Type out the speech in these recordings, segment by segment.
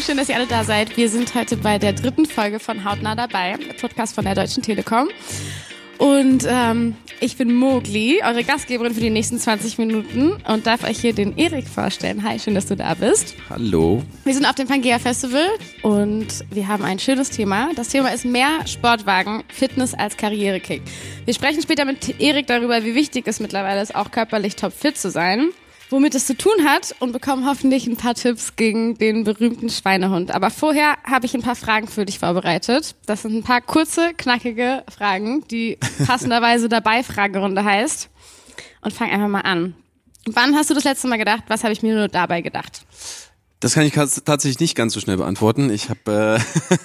schön, dass ihr alle da seid. Wir sind heute bei der 3. Folge von Hautnah dabei, der Podcast von der Deutschen Telekom. Und ich bin Mogli, eure Gastgeberin für die nächsten 20 Minuten und darf euch hier den Erik vorstellen. Hi, schön, dass du da bist. Hallo. Wir sind auf dem Pangea Festival und wir haben ein schönes Thema. Das Thema ist mehr Sportwagen, Fitness als Karrierekick. Wir sprechen später mit Erik darüber, wie wichtig es mittlerweile ist, auch körperlich topfit zu sein, womit es zu tun hat und bekommen hoffentlich ein paar Tipps gegen den berühmten Schweinehund. Aber vorher habe ich ein paar Fragen für dich vorbereitet. Das sind ein paar kurze, knackige Fragen, die passenderweise dabei Fragerunde heißt. Und fang einfach mal an. Wann hast du das letzte Mal gedacht, was habe ich mir nur dabei gedacht? Das kann ich tatsächlich nicht ganz so schnell beantworten. Ich habe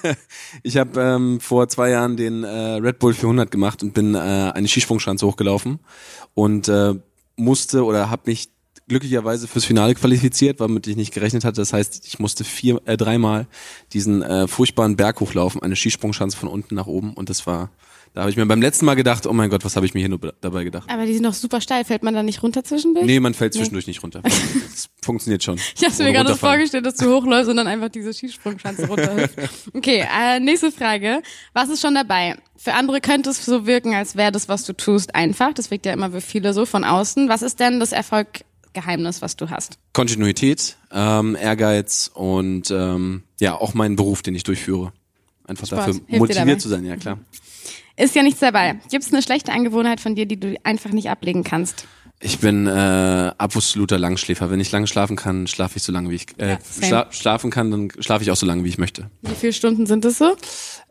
vor 2 Jahren den Red Bull 400 gemacht und bin eine Skisprungschanze hochgelaufen und musste oder habe mich glücklicherweise fürs Finale qualifiziert, womit ich nicht gerechnet hatte. Das heißt, ich musste 3-mal diesen furchtbaren Berg hochlaufen, eine Skisprungschanze von unten nach oben. Und da habe ich mir beim letzten Mal gedacht, oh mein Gott, was habe ich mir hier nur dabei gedacht? Aber die sind doch super steil. Fällt man da nicht runter zwischendurch? Nee, man fällt zwischendurch nicht runter. Das funktioniert schon. Ich habe mir gerade vorgestellt, dass du hochläufst und dann einfach diese Skisprungschanze runterhüpfst. Okay, nächste Frage. Was ist schon dabei? Für andere könnte es so wirken, als wäre das, was du tust, einfach. Das wirkt ja immer für viele so von außen. Was ist denn das Erfolgsgeheimnis, was du hast? Kontinuität, Ehrgeiz und auch meinen Beruf, den ich durchführe. Einfach Sport. dafür Hilft motiviert zu sein, ja klar. Ist ja nichts dabei. Gibt es eine schlechte Angewohnheit von dir, die du einfach nicht ablegen kannst? Ich bin absoluter Langschläfer. Wenn ich lange schlafen kann, schlafe ich so lange, wie ich schlafen kann, dann schlafe ich auch so lange, wie ich möchte. Wie viele Stunden sind das so?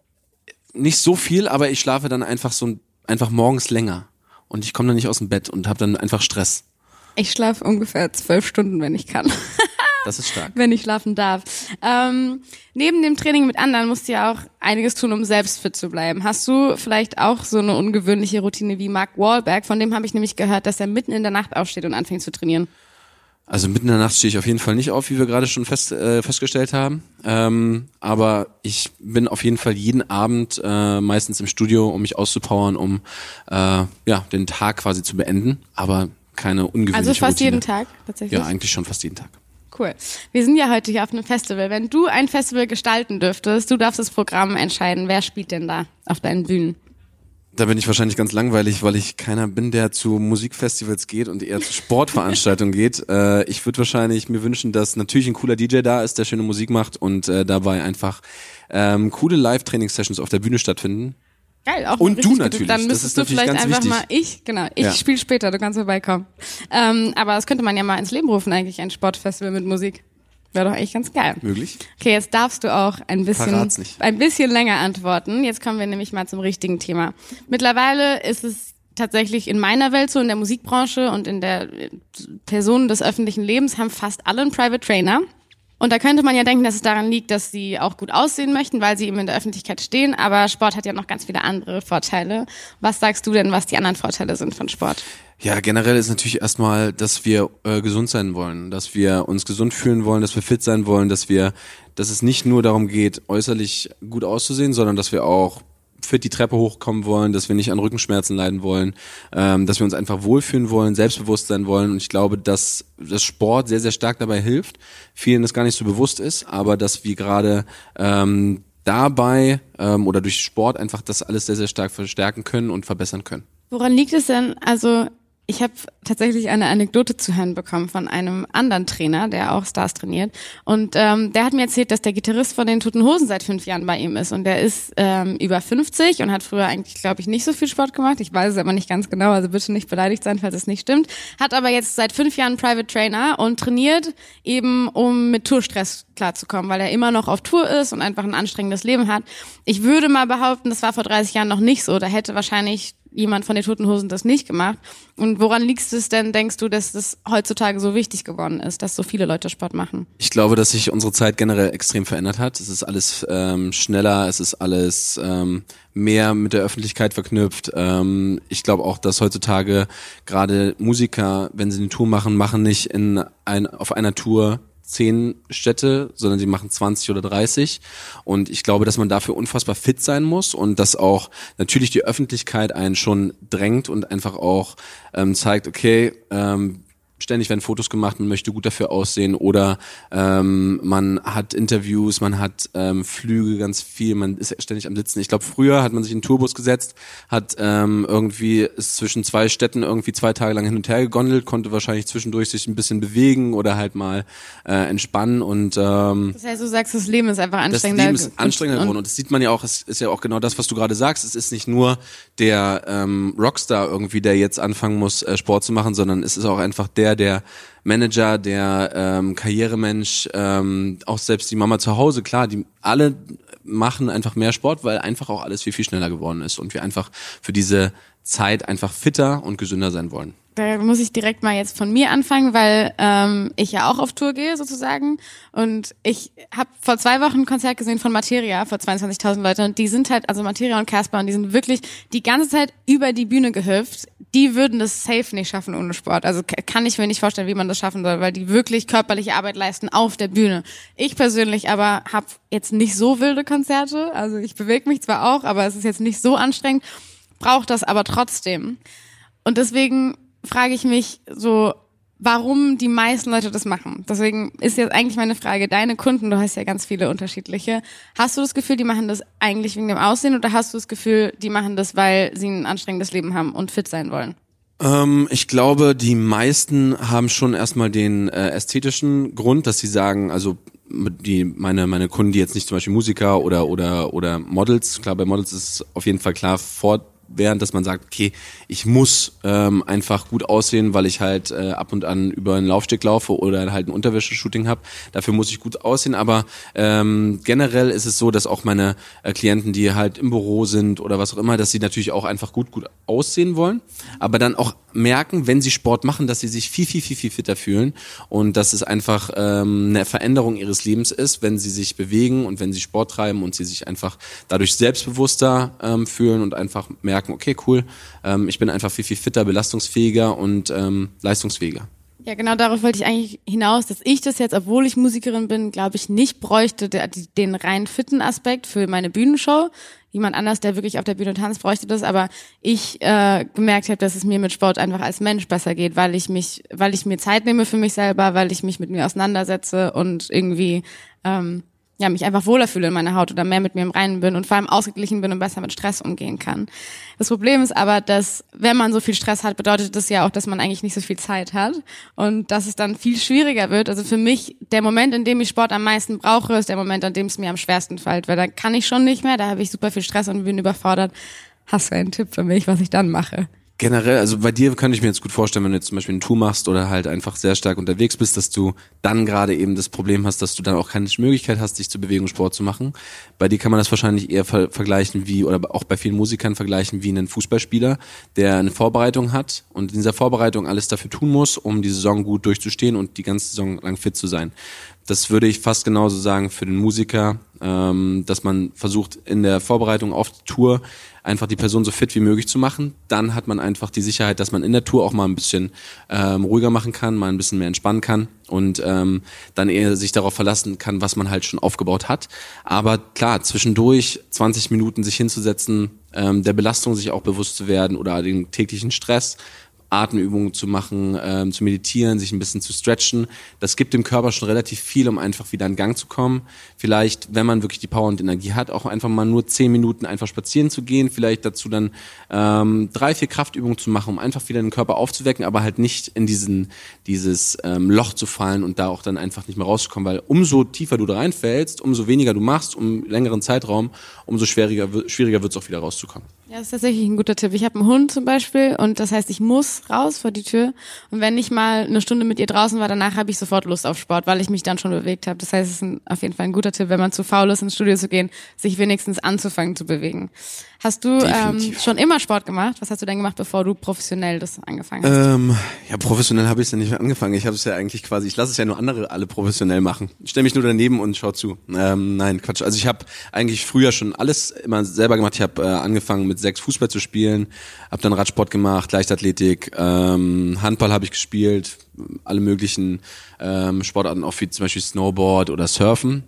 Nicht so viel, aber ich schlafe dann einfach morgens länger. Und ich komme dann nicht aus dem Bett und habe dann einfach Stress. Ich schlafe ungefähr 12 Stunden, wenn ich kann. Das ist stark. Wenn ich schlafen darf. Neben dem Training mit anderen musst du ja auch einiges tun, um selbst fit zu bleiben. Hast du vielleicht auch so eine ungewöhnliche Routine wie Mark Wahlberg? Von dem habe ich nämlich gehört, dass er mitten in der Nacht aufsteht und anfängt zu trainieren. Also mitten in der Nacht stehe ich auf jeden Fall nicht auf, wie wir gerade schon festgestellt haben. Aber ich bin auf jeden Fall jeden Abend meistens im Studio, um mich auszupowern, um den Tag quasi zu beenden. Aber keine ungewöhnliche Routine. Also fast jeden Tag tatsächlich? Ja, eigentlich schon fast jeden Tag. Cool. Wir sind ja heute hier auf einem Festival. Wenn du ein Festival gestalten dürftest, du darfst das Programm entscheiden. Wer spielt denn da auf deinen Bühnen? Da bin ich wahrscheinlich ganz langweilig, weil ich keiner bin, der zu Musikfestivals geht und eher zu Sportveranstaltungen geht. Ich würde wahrscheinlich mir wünschen, dass natürlich ein cooler DJ da ist, der schöne Musik macht und dabei einfach coole Live-Training-Sessions auf der Bühne stattfinden. Geil, auch und du natürlich. Dann müsstest du vielleicht einfach wichtig. Ich spiele später, du kannst vorbeikommen. Aber das könnte man ja mal ins Leben rufen, eigentlich ein Sportfestival mit Musik. Wäre doch eigentlich ganz geil. Möglich. Okay, jetzt darfst du auch ein bisschen länger antworten. Jetzt kommen wir nämlich mal zum richtigen Thema. Mittlerweile ist es tatsächlich in meiner Welt so, in der Musikbranche und in der Personen des öffentlichen Lebens haben fast alle einen Private Trainer. Und da könnte man ja denken, dass es daran liegt, dass sie auch gut aussehen möchten, weil sie eben in der Öffentlichkeit stehen. Aber Sport hat ja noch ganz viele andere Vorteile. Was sagst du denn, was die anderen Vorteile sind von Sport? Ja, generell ist natürlich erstmal, dass wir gesund sein wollen, dass wir uns gesund fühlen wollen, dass wir fit sein wollen, dass es nicht nur darum geht, äußerlich gut auszusehen, sondern dass wir auch fit die Treppe hochkommen wollen, dass wir nicht an Rückenschmerzen leiden wollen, dass wir uns einfach wohlfühlen wollen, selbstbewusst sein wollen. Und ich glaube, dass das Sport sehr, sehr stark dabei hilft. Vielen das gar nicht so bewusst ist, aber dass wir gerade dabei oder durch Sport einfach das alles sehr, sehr stark verstärken können und verbessern können. Woran liegt es denn? Also ich habe tatsächlich eine Anekdote zu hören bekommen von einem anderen Trainer, der auch Stars trainiert. Und der hat mir erzählt, dass der Gitarrist von den Toten Hosen seit 5 Jahren bei ihm ist. Und der ist über 50 und hat früher eigentlich, glaube ich, nicht so viel Sport gemacht. Ich weiß es aber nicht ganz genau, also bitte nicht beleidigt sein, falls es nicht stimmt. Hat aber jetzt seit 5 Jahren einen Private Trainer und trainiert eben, um mit Tourstress klarzukommen, weil er immer noch auf Tour ist und einfach ein anstrengendes Leben hat. Ich würde mal behaupten, das war vor 30 Jahren noch nicht so. Da hätte wahrscheinlich jemand von den Toten Hosen das nicht gemacht. Und woran liegt es denn, denkst du, dass das heutzutage so wichtig geworden ist, dass so viele Leute Sport machen? Ich glaube, dass sich unsere Zeit generell extrem verändert hat. Es ist alles schneller, es ist alles mehr mit der Öffentlichkeit verknüpft. Ich glaube auch, dass heutzutage gerade Musiker, wenn sie eine Tour machen nicht auf einer Tour 10 Städte, sondern sie machen 20 oder 30. Und ich glaube, dass man dafür unfassbar fit sein muss und dass auch natürlich die Öffentlichkeit einen schon drängt und einfach auch zeigt, okay, ständig werden Fotos gemacht, man möchte gut dafür aussehen oder man hat Interviews, man hat Flüge ganz viel, man ist ständig am Sitzen. Ich glaube, früher hat man sich in einen Tourbus gesetzt, hat irgendwie ist zwischen 2 Städten irgendwie 2 Tage lang hin und her gegondelt, konnte wahrscheinlich zwischendurch sich ein bisschen bewegen oder halt mal entspannen und das heißt, du sagst, das Leben ist einfach anstrengender. Das Leben ist anstrengender geworden und das sieht man ja auch, es ist ja auch genau das, was du gerade sagst, es ist nicht nur der Rockstar irgendwie, der jetzt anfangen muss, Sport zu machen, sondern es ist auch einfach der Manager, der Karrieremensch, auch selbst die Mama zu Hause, klar, die alle machen einfach mehr Sport, weil einfach auch alles viel, viel schneller geworden ist und wir einfach für diese Zeit einfach fitter und gesünder sein wollen. Da muss ich direkt mal jetzt von mir anfangen, weil ich ja auch auf Tour gehe sozusagen und ich habe vor 2 Wochen ein Konzert gesehen von Materia vor 22.000 Leuten und die sind halt, also Materia und Casper, und die sind wirklich die ganze Zeit über die Bühne gehüpft. Die würden das safe nicht schaffen ohne Sport. Also kann ich mir nicht vorstellen, wie man das schaffen soll, weil die wirklich körperliche Arbeit leisten auf der Bühne. Ich persönlich aber habe jetzt nicht so wilde Konzerte, also ich bewege mich zwar auch, aber es ist jetzt nicht so anstrengend, brauche das aber trotzdem. Und deswegen frage ich mich so, warum die meisten Leute das machen. Deswegen ist jetzt eigentlich meine Frage, deine Kunden, du hast ja ganz viele unterschiedliche, hast du das Gefühl, die machen das eigentlich wegen dem Aussehen oder hast du das Gefühl, die machen das, weil sie ein anstrengendes Leben haben und fit sein wollen? Ich glaube, die meisten haben schon erstmal den ästhetischen Grund, dass sie sagen, also meine Kunden, die jetzt nicht zum Beispiel Musiker oder Models, klar, bei Models ist es auf jeden Fall klar während, dass man sagt, okay, ich muss einfach gut aussehen, weil ich halt ab und an über einen Laufsteg laufe oder halt ein Unterwäsche-Shooting habe. Dafür muss ich gut aussehen, aber generell ist es so, dass auch meine Klienten, die halt im Büro sind oder was auch immer, dass sie natürlich auch einfach gut aussehen wollen, aber dann auch merken, wenn sie Sport machen, dass sie sich viel, viel, viel, viel fitter fühlen und dass es einfach eine Veränderung ihres Lebens ist, wenn sie sich bewegen und wenn sie Sport treiben und sie sich einfach dadurch selbstbewusster fühlen und einfach merken, okay, cool, ich bin einfach viel, viel fitter, belastungsfähiger und leistungsfähiger. Ja, genau darauf wollte ich eigentlich hinaus, dass ich das jetzt, obwohl ich Musikerin bin, glaube ich, nicht bräuchte, den rein fitten Aspekt für meine Bühnenshow. Jemand anders, der wirklich auf der Bühne tanzt, bräuchte das, aber ich gemerkt habe, dass es mir mit Sport einfach als Mensch besser geht, weil ich mir Zeit nehme für mich selber, weil ich mich mit mir auseinandersetze und irgendwie mich einfach wohler fühle in meiner Haut oder mehr mit mir im Reinen bin und vor allem ausgeglichen bin und besser mit Stress umgehen kann. Das Problem ist aber, dass wenn man so viel Stress hat, bedeutet das ja auch, dass man eigentlich nicht so viel Zeit hat und dass es dann viel schwieriger wird. Also für mich, der Moment, in dem ich Sport am meisten brauche, ist der Moment, an dem es mir am schwersten fällt, weil dann kann ich schon nicht mehr, da habe ich super viel Stress und bin überfordert. Hast du einen Tipp für mich, was ich dann mache? Generell, also bei dir kann ich mir jetzt gut vorstellen, wenn du jetzt zum Beispiel eine Tour machst oder halt einfach sehr stark unterwegs bist, dass du dann gerade eben das Problem hast, dass du dann auch keine Möglichkeit hast, dich zu bewegen und Sport zu machen. Bei dir kann man das wahrscheinlich eher vergleichen oder auch bei vielen Musikern vergleichen wie einen Fußballspieler, der eine Vorbereitung hat und in dieser Vorbereitung alles dafür tun muss, um die Saison gut durchzustehen und die ganze Saison lang fit zu sein. Das würde ich fast genauso sagen für den Musiker, dass man versucht in der Vorbereitung auf die Tour einfach die Person so fit wie möglich zu machen. Dann hat man einfach die Sicherheit, dass man in der Tour auch mal ein bisschen ruhiger machen kann, mal ein bisschen mehr entspannen kann und dann eher sich darauf verlassen kann, was man halt schon aufgebaut hat. Aber klar, zwischendurch 20 Minuten sich hinzusetzen, der Belastung sich auch bewusst zu werden oder den täglichen Stress, Atemübungen zu machen, zu meditieren, sich ein bisschen zu stretchen. Das gibt dem Körper schon relativ viel, um einfach wieder in Gang zu kommen. Vielleicht, wenn man wirklich die Power und Energie hat, auch einfach mal nur 10 Minuten einfach spazieren zu gehen, vielleicht dazu dann 3, 4 Kraftübungen zu machen, um einfach wieder den Körper aufzuwecken, aber halt nicht in dieses Loch zu fallen und da auch dann einfach nicht mehr rauszukommen, weil umso tiefer du da reinfällst, umso weniger du machst, um längeren Zeitraum, umso schwieriger wird es auch wieder rauszukommen. Ja, das ist tatsächlich ein guter Tipp. Ich habe einen Hund zum Beispiel und das heißt, ich muss raus vor die Tür und wenn ich mal eine Stunde mit ihr draußen war, danach habe ich sofort Lust auf Sport, weil ich mich dann schon bewegt habe. Das heißt, es ist auf jeden Fall ein guter Tipp, wenn man zu faul ist, ins Studio zu gehen, sich wenigstens anzufangen zu bewegen. Hast du schon immer Sport gemacht? Was hast du denn gemacht, bevor du professionell das angefangen hast? Ja, professionell habe ich es ja nicht mehr angefangen. Ich habe es ja eigentlich quasi, ich lasse es ja nur andere alle professionell machen. Ich stelle mich nur daneben und schau zu. Nein, Quatsch. Also ich habe eigentlich früher schon alles immer selber gemacht. Ich habe angefangen mit 6 Fußball zu spielen, habe dann Radsport gemacht, Leichtathletik, Handball habe ich gespielt, alle möglichen Sportarten, auch wie zum Beispiel Snowboard oder Surfen.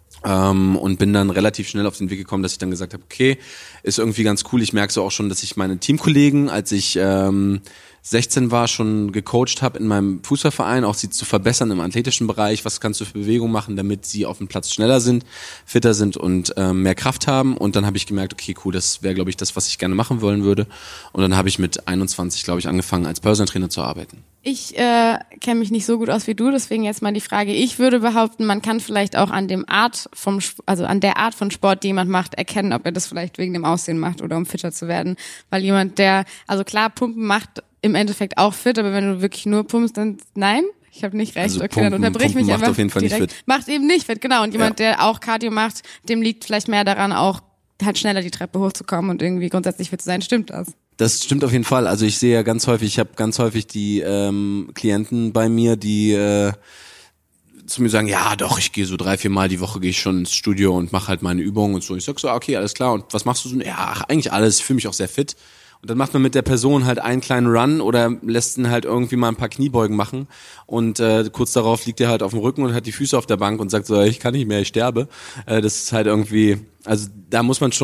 Und bin dann relativ schnell auf den Weg gekommen, dass ich dann gesagt habe, okay, ist irgendwie ganz cool. Ich merke so auch schon, dass ich meine Teamkollegen, als ich 16 war, schon gecoacht habe in meinem Fußballverein, auch sie zu verbessern im athletischen Bereich. Was kannst du für Bewegungen machen, damit sie auf dem Platz schneller sind, fitter sind und mehr Kraft haben. Und dann habe ich gemerkt, okay, cool, das wäre, glaube ich, das, was ich gerne machen wollen würde. Und dann habe ich mit 21, glaube ich, angefangen, als Personal Trainer zu arbeiten. Ich kenne mich nicht so gut aus wie du, deswegen jetzt mal die Frage. Ich würde behaupten, man kann vielleicht auch an der Art von Sport, die jemand macht, erkennen, ob er das vielleicht wegen dem Aussehen macht oder um fitter zu werden. Weil jemand, also klar, Pumpen macht im Endeffekt auch fit, aber wenn du wirklich nur pumpst, dann nein. Ich habe nicht recht, Also okay, dann unterbrich mich macht einfach auf jeden Fall direkt. nicht fit. Macht eben nicht fit, genau. Und jemand, der auch Cardio macht, dem liegt vielleicht mehr daran, auch halt schneller die Treppe hochzukommen und irgendwie grundsätzlich fit zu sein. Stimmt das? Das stimmt auf jeden Fall. Also ich sehe ja ganz häufig, ich habe ganz häufig die Klienten bei mir, die zu mir sagen, ja doch, ich gehe so 3-4 Mal die Woche gehe ich schon ins Studio und mache halt meine Übungen und so. Ich sag so, okay, alles klar. Und was machst du so? Ja, eigentlich alles. Ich fühle mich auch sehr fit. Und dann macht man mit der Person halt einen kleinen Run oder lässt ihn halt irgendwie mal ein paar Kniebeugen machen und kurz darauf liegt er halt auf dem Rücken und hat die Füße auf der Bank und sagt so, ich kann nicht mehr, ich sterbe. Das ist halt irgendwie, also da muss man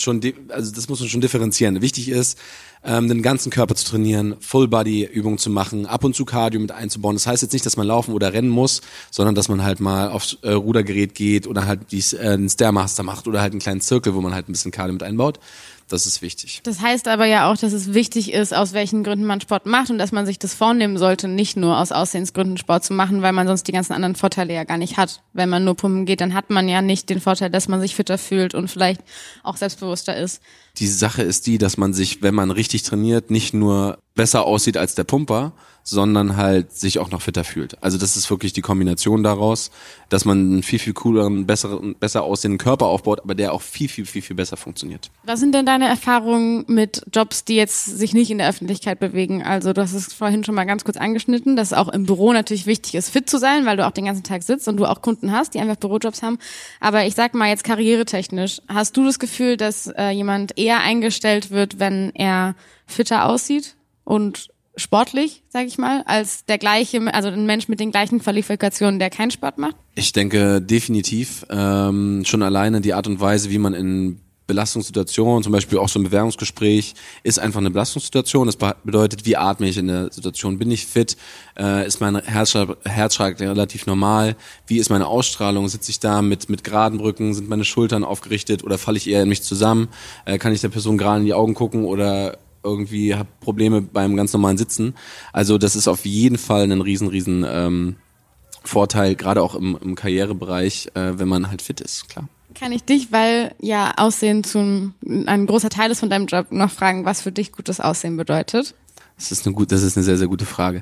das muss man schon differenzieren. Wichtig ist, den ganzen Körper zu trainieren, Full-Body-Übungen zu machen, ab und zu Cardio mit einzubauen. Das heißt jetzt nicht, dass man laufen oder rennen muss, sondern dass man halt mal aufs Rudergerät geht oder halt einen Stairmaster macht oder halt einen kleinen Zirkel, wo man halt ein bisschen Cardio mit einbaut. Das ist wichtig. Das heißt aber ja auch, dass es wichtig ist, aus welchen Gründen man Sport macht und dass man sich das vornehmen sollte, nicht nur aus Aussehensgründen Sport zu machen, weil man sonst die ganzen anderen Vorteile ja gar nicht hat. Wenn man nur pumpen geht, dann hat man ja nicht den Vorteil, dass man sich fitter fühlt und vielleicht auch selbstbewusster ist. Die Sache ist die, dass man sich, wenn man richtig trainiert, nicht nur besser aussieht als der Pumper, sondern halt sich auch noch fitter fühlt. Also das ist wirklich die Kombination daraus, dass man einen viel, viel cooleren, besser aussehenden Körper aufbaut, aber der auch viel, viel, viel, viel besser funktioniert. Was sind denn deine Erfahrungen mit Jobs, die jetzt sich nicht in der Öffentlichkeit bewegen? Also du hast es vorhin schon mal ganz kurz angeschnitten, dass auch im Büro natürlich wichtig ist, fit zu sein, weil du auch den ganzen Tag sitzt und du auch Kunden hast, die einfach Bürojobs haben. Aber ich sag mal jetzt karrieretechnisch, hast du das Gefühl, dass jemand eher eingestellt wird, wenn er fitter aussieht und sportlich, sage ich mal, als also ein Mensch mit den gleichen Qualifikationen, der keinen Sport macht? Ich denke definitiv, schon alleine die Art und Weise, wie man in Belastungssituationen, zum Beispiel auch so ein Bewerbungsgespräch, ist einfach eine Belastungssituation. Das bedeutet, wie atme ich in der Situation? Bin ich fit? Ist mein Herzschlag relativ normal? Wie ist meine Ausstrahlung? Sitze ich da mit geraden Rücken? Sind meine Schultern aufgerichtet oder falle ich eher in mich zusammen? Kann ich der Person gerade in die Augen gucken oder irgendwie habe Probleme beim ganz normalen Sitzen? Also das ist auf jeden Fall ein riesen Vorteil, gerade auch im Karrierebereich, wenn man halt fit ist, klar. Kann ich dich, weil ja Aussehen ein großer Teil ist von deinem Job, noch fragen, was für dich gutes Aussehen bedeutet? Das ist eine sehr, sehr gute Frage.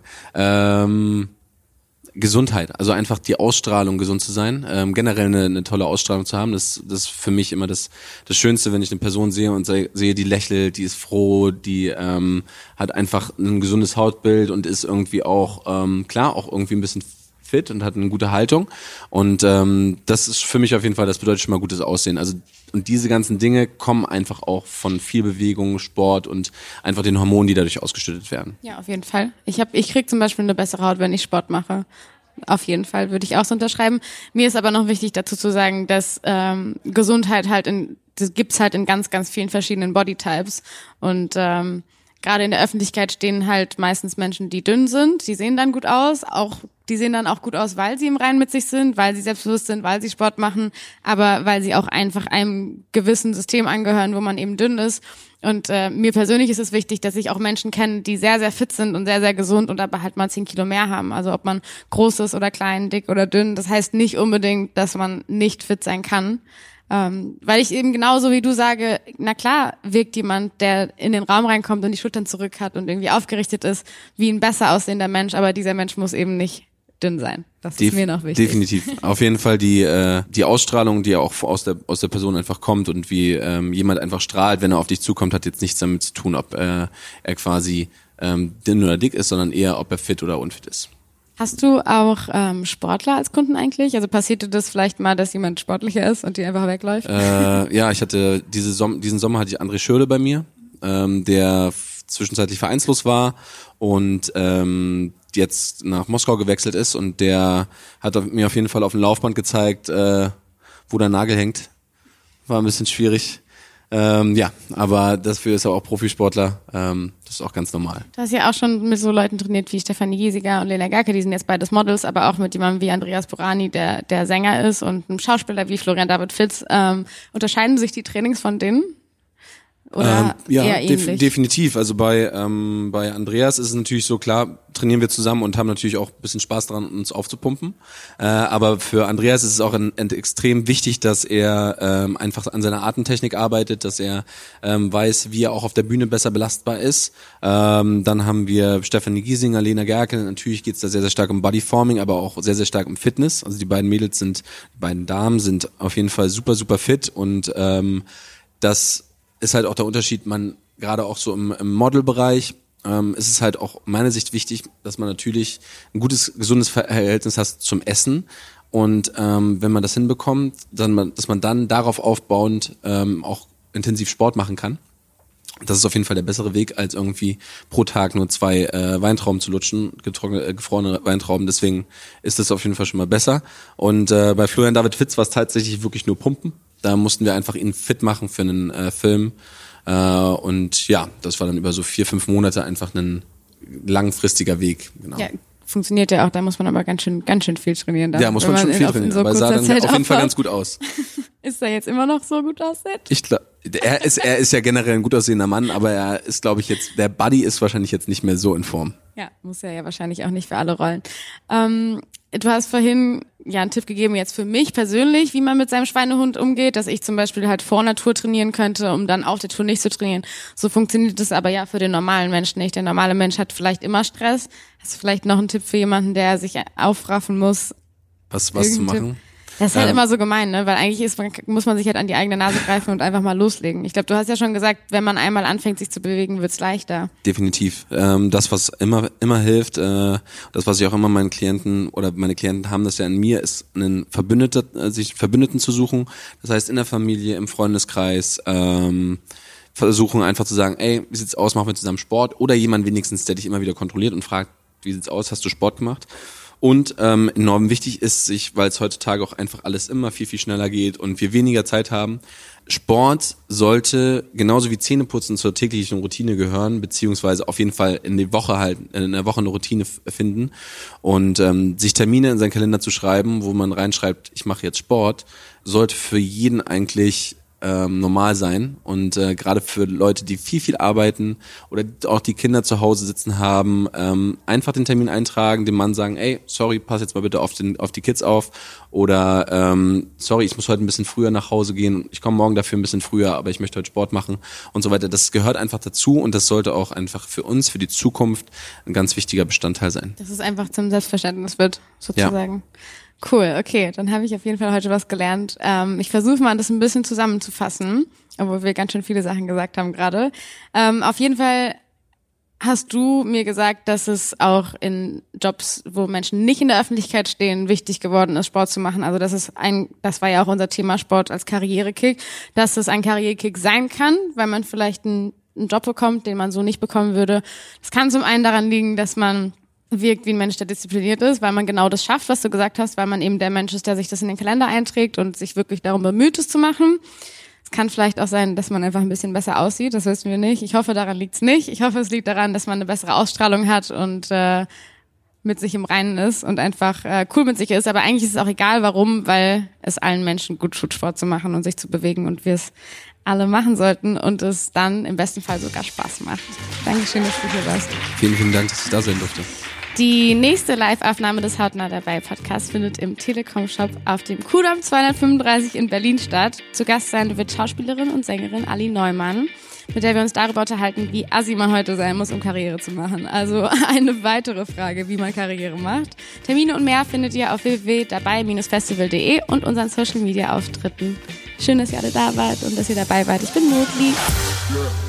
Gesundheit, also einfach die Ausstrahlung, gesund zu sein, generell eine tolle Ausstrahlung zu haben, das ist für mich immer das Schönste, wenn ich eine Person sehe und sehe, die lächelt, die ist froh, die hat einfach ein gesundes Hautbild und ist irgendwie auch, klar, auch irgendwie ein bisschen fit und hat eine gute Haltung und das ist für mich auf jeden Fall, das bedeutet schon mal gutes Aussehen. Also und diese ganzen Dinge kommen einfach auch von viel Bewegung, Sport und einfach den Hormonen, die dadurch ausgeschüttet werden. Ja, auf jeden Fall. Ich krieg zum Beispiel eine bessere Haut, wenn ich Sport mache. Auf jeden Fall würde ich auch so unterschreiben. Mir ist aber noch wichtig dazu zu sagen, dass Gesundheit das gibt's halt in ganz, ganz vielen verschiedenen Bodytypes und gerade in der Öffentlichkeit stehen halt meistens Menschen, die dünn sind, die sehen dann gut aus, die sehen dann auch gut aus, weil sie im Reinen mit sich sind, weil sie selbstbewusst sind, weil sie Sport machen, aber weil sie auch einfach einem gewissen System angehören, wo man eben dünn ist. Und mir persönlich ist es wichtig, dass ich auch Menschen kenne, die sehr, sehr fit sind und sehr, sehr gesund und aber halt mal 10 Kilo mehr haben. Also ob man groß ist oder klein, dick oder dünn, das heißt nicht unbedingt, dass man nicht fit sein kann. Weil ich eben genauso wie du sage, na klar wirkt jemand, der in den Raum reinkommt und die Schultern zurück hat und irgendwie aufgerichtet ist, wie ein besser aussehender Mensch, aber dieser Mensch muss eben nicht dünn sein. Das ist mir noch wichtig. Definitiv. Auf jeden Fall die Ausstrahlung, die auch aus der Person einfach kommt und wie jemand einfach strahlt, wenn er auf dich zukommt, hat jetzt nichts damit zu tun, ob er quasi dünn oder dick ist, sondern eher, ob er fit oder unfit ist. Hast du auch Sportler als Kunden eigentlich? Also passierte das vielleicht mal, dass jemand sportlicher ist und die einfach wegläuft? Ja, ich hatte diesen Sommer hatte ich André Schürrle bei mir, der zwischenzeitlich vereinslos war und jetzt nach Moskau gewechselt ist und der hat mir auf jeden Fall auf dem Laufband gezeigt, wo der Nagel hängt. War ein bisschen schwierig. Ja, aber dafür ist er auch Profisportler. Das ist auch ganz normal. Du hast ja auch schon mit so Leuten trainiert wie Stefanie Giesinger und Lena Gerke, die sind jetzt beides Models, aber auch mit jemandem wie Andreas Burani, der Sänger ist, und einem Schauspieler wie Florian David Fitz. Unterscheiden sich die Trainings von denen? Oder ja, eher ähnlich? Definitiv. Also bei Andreas ist es natürlich so, klar, trainieren wir zusammen und haben natürlich auch ein bisschen Spaß daran, uns aufzupumpen. Aber für Andreas ist es auch extrem wichtig, dass er einfach an seiner Atemtechnik arbeitet, dass er weiß, wie er auch auf der Bühne besser belastbar ist. Dann haben wir Stefanie Giesinger, Lena Gerke. Natürlich geht es da sehr, sehr stark um Bodyforming, aber auch sehr, sehr stark um Fitness. Also die beiden Damen sind auf jeden Fall super, super fit, und das ist halt auch der Unterschied, gerade auch so im Modelbereich, ist es halt auch meiner Sicht wichtig, dass man natürlich ein gutes, gesundes Verhältnis hat zum Essen, und wenn man das hinbekommt, dass man dann darauf aufbauend auch intensiv Sport machen kann. Das ist auf jeden Fall der bessere Weg, als irgendwie pro Tag nur 2 Weintrauben zu lutschen, gefrorene Weintrauben. Deswegen ist das auf jeden Fall schon mal besser. Und bei Florian David Fitz war es tatsächlich wirklich nur Pumpen. Da mussten wir einfach ihn fit machen für einen Film. Und ja, das war dann über so 4-5 Monate einfach ein langfristiger Weg. Genau. Ja, funktioniert ja auch. Da muss man aber ganz schön viel trainieren. Ja, muss man schon viel trainieren. So, aber sah dann auf jeden Fall ganz gut aus. Ist er jetzt immer noch so gut aussieht? Ich glaube, er ist ja generell ein gut aussehender Mann, aber er ist, glaube ich, der Buddy ist wahrscheinlich jetzt nicht mehr so in Form. Ja, muss er ja wahrscheinlich auch nicht für alle Rollen. Du hast vorhin ja einen Tipp gegeben jetzt für mich persönlich, wie man mit seinem Schweinehund umgeht, dass ich zum Beispiel halt vor einer Tour trainieren könnte, um dann auf der Tour nicht zu trainieren. So funktioniert das aber ja für den normalen Menschen nicht. Der normale Mensch hat vielleicht immer Stress. Hast du vielleicht noch einen Tipp für jemanden, der sich aufraffen muss? Was zu machen? Das ist halt immer so gemein, ne? Weil eigentlich muss man sich halt an die eigene Nase greifen und einfach mal loslegen. Ich glaube, du hast ja schon gesagt, wenn man einmal anfängt, sich zu bewegen, wird's leichter. Definitiv. Das, was immer hilft, das, was ich auch immer meine Klienten haben das ja in mir, ist sich Verbündeten zu suchen. Das heißt, in der Familie, im Freundeskreis, versuchen einfach zu sagen, ey, wie sieht's aus, machen wir zusammen Sport? Oder jemand wenigstens, der dich immer wieder kontrolliert und fragt, wie sieht's aus, hast du Sport gemacht? Und enorm wichtig ist weil es heutzutage auch einfach alles immer viel, viel schneller geht und wir weniger Zeit haben, Sport sollte genauso wie Zähneputzen zur täglichen Routine gehören, beziehungsweise auf jeden Fall in der Woche eine Routine finden, und sich Termine in seinen Kalender zu schreiben, wo man reinschreibt, ich mache jetzt Sport, sollte für jeden eigentlich normal sein, und gerade für Leute, die viel, viel arbeiten oder auch die Kinder zu Hause sitzen haben, einfach den Termin eintragen, dem Mann sagen, ey, sorry, pass jetzt mal bitte auf die Kids auf, oder sorry, ich muss heute ein bisschen früher nach Hause gehen, ich komme morgen dafür ein bisschen früher, aber ich möchte heute Sport machen und so weiter. Das gehört einfach dazu, und das sollte auch einfach für uns, für die Zukunft ein ganz wichtiger Bestandteil sein. Dass es einfach zum Selbstverständnis wird, sozusagen. Ja. Cool, okay, dann habe ich auf jeden Fall heute was gelernt. Ich versuche mal, das ein bisschen zusammenzufassen, obwohl wir ganz schön viele Sachen gesagt haben gerade. Auf jeden Fall hast du mir gesagt, dass es auch in Jobs, wo Menschen nicht in der Öffentlichkeit stehen, wichtig geworden ist, Sport zu machen. Also das war ja auch unser Thema, Sport als Karrierekick, dass es ein Karrierekick sein kann, weil man vielleicht einen Job bekommt, den man so nicht bekommen würde. Das kann zum einen daran liegen, dass man wirkt wie ein Mensch, der diszipliniert ist, weil man genau das schafft, was du gesagt hast, weil man eben der Mensch ist, der sich das in den Kalender einträgt und sich wirklich darum bemüht, es zu machen. Es kann vielleicht auch sein, dass man einfach ein bisschen besser aussieht, das wissen wir nicht. Ich hoffe, daran liegt's nicht. Ich hoffe, es liegt daran, dass man eine bessere Ausstrahlung hat und mit sich im Reinen ist und einfach cool mit sich ist. Aber eigentlich ist es auch egal, warum, weil es allen Menschen gut tut, Sport zu machen und sich zu bewegen, und wir es alle machen sollten und es dann im besten Fall sogar Spaß macht. Dankeschön, dass du hier warst. Vielen, vielen Dank, dass ich da sein durfte. Die nächste Live-Aufnahme des Hautnah dabei Podcasts findet im Telekom-Shop auf dem Kudamm 235 in Berlin statt. Zu Gast sein wird Schauspielerin und Sängerin Ali Neumann, mit der wir uns darüber unterhalten, wie assi man heute sein muss, um Karriere zu machen. Also eine weitere Frage, wie man Karriere macht. Termine und mehr findet ihr auf www.dabei-festival.de und unseren Social-Media-Auftritten. Schön, dass ihr alle da wart und dass ihr dabei wart. Ich bin Motli.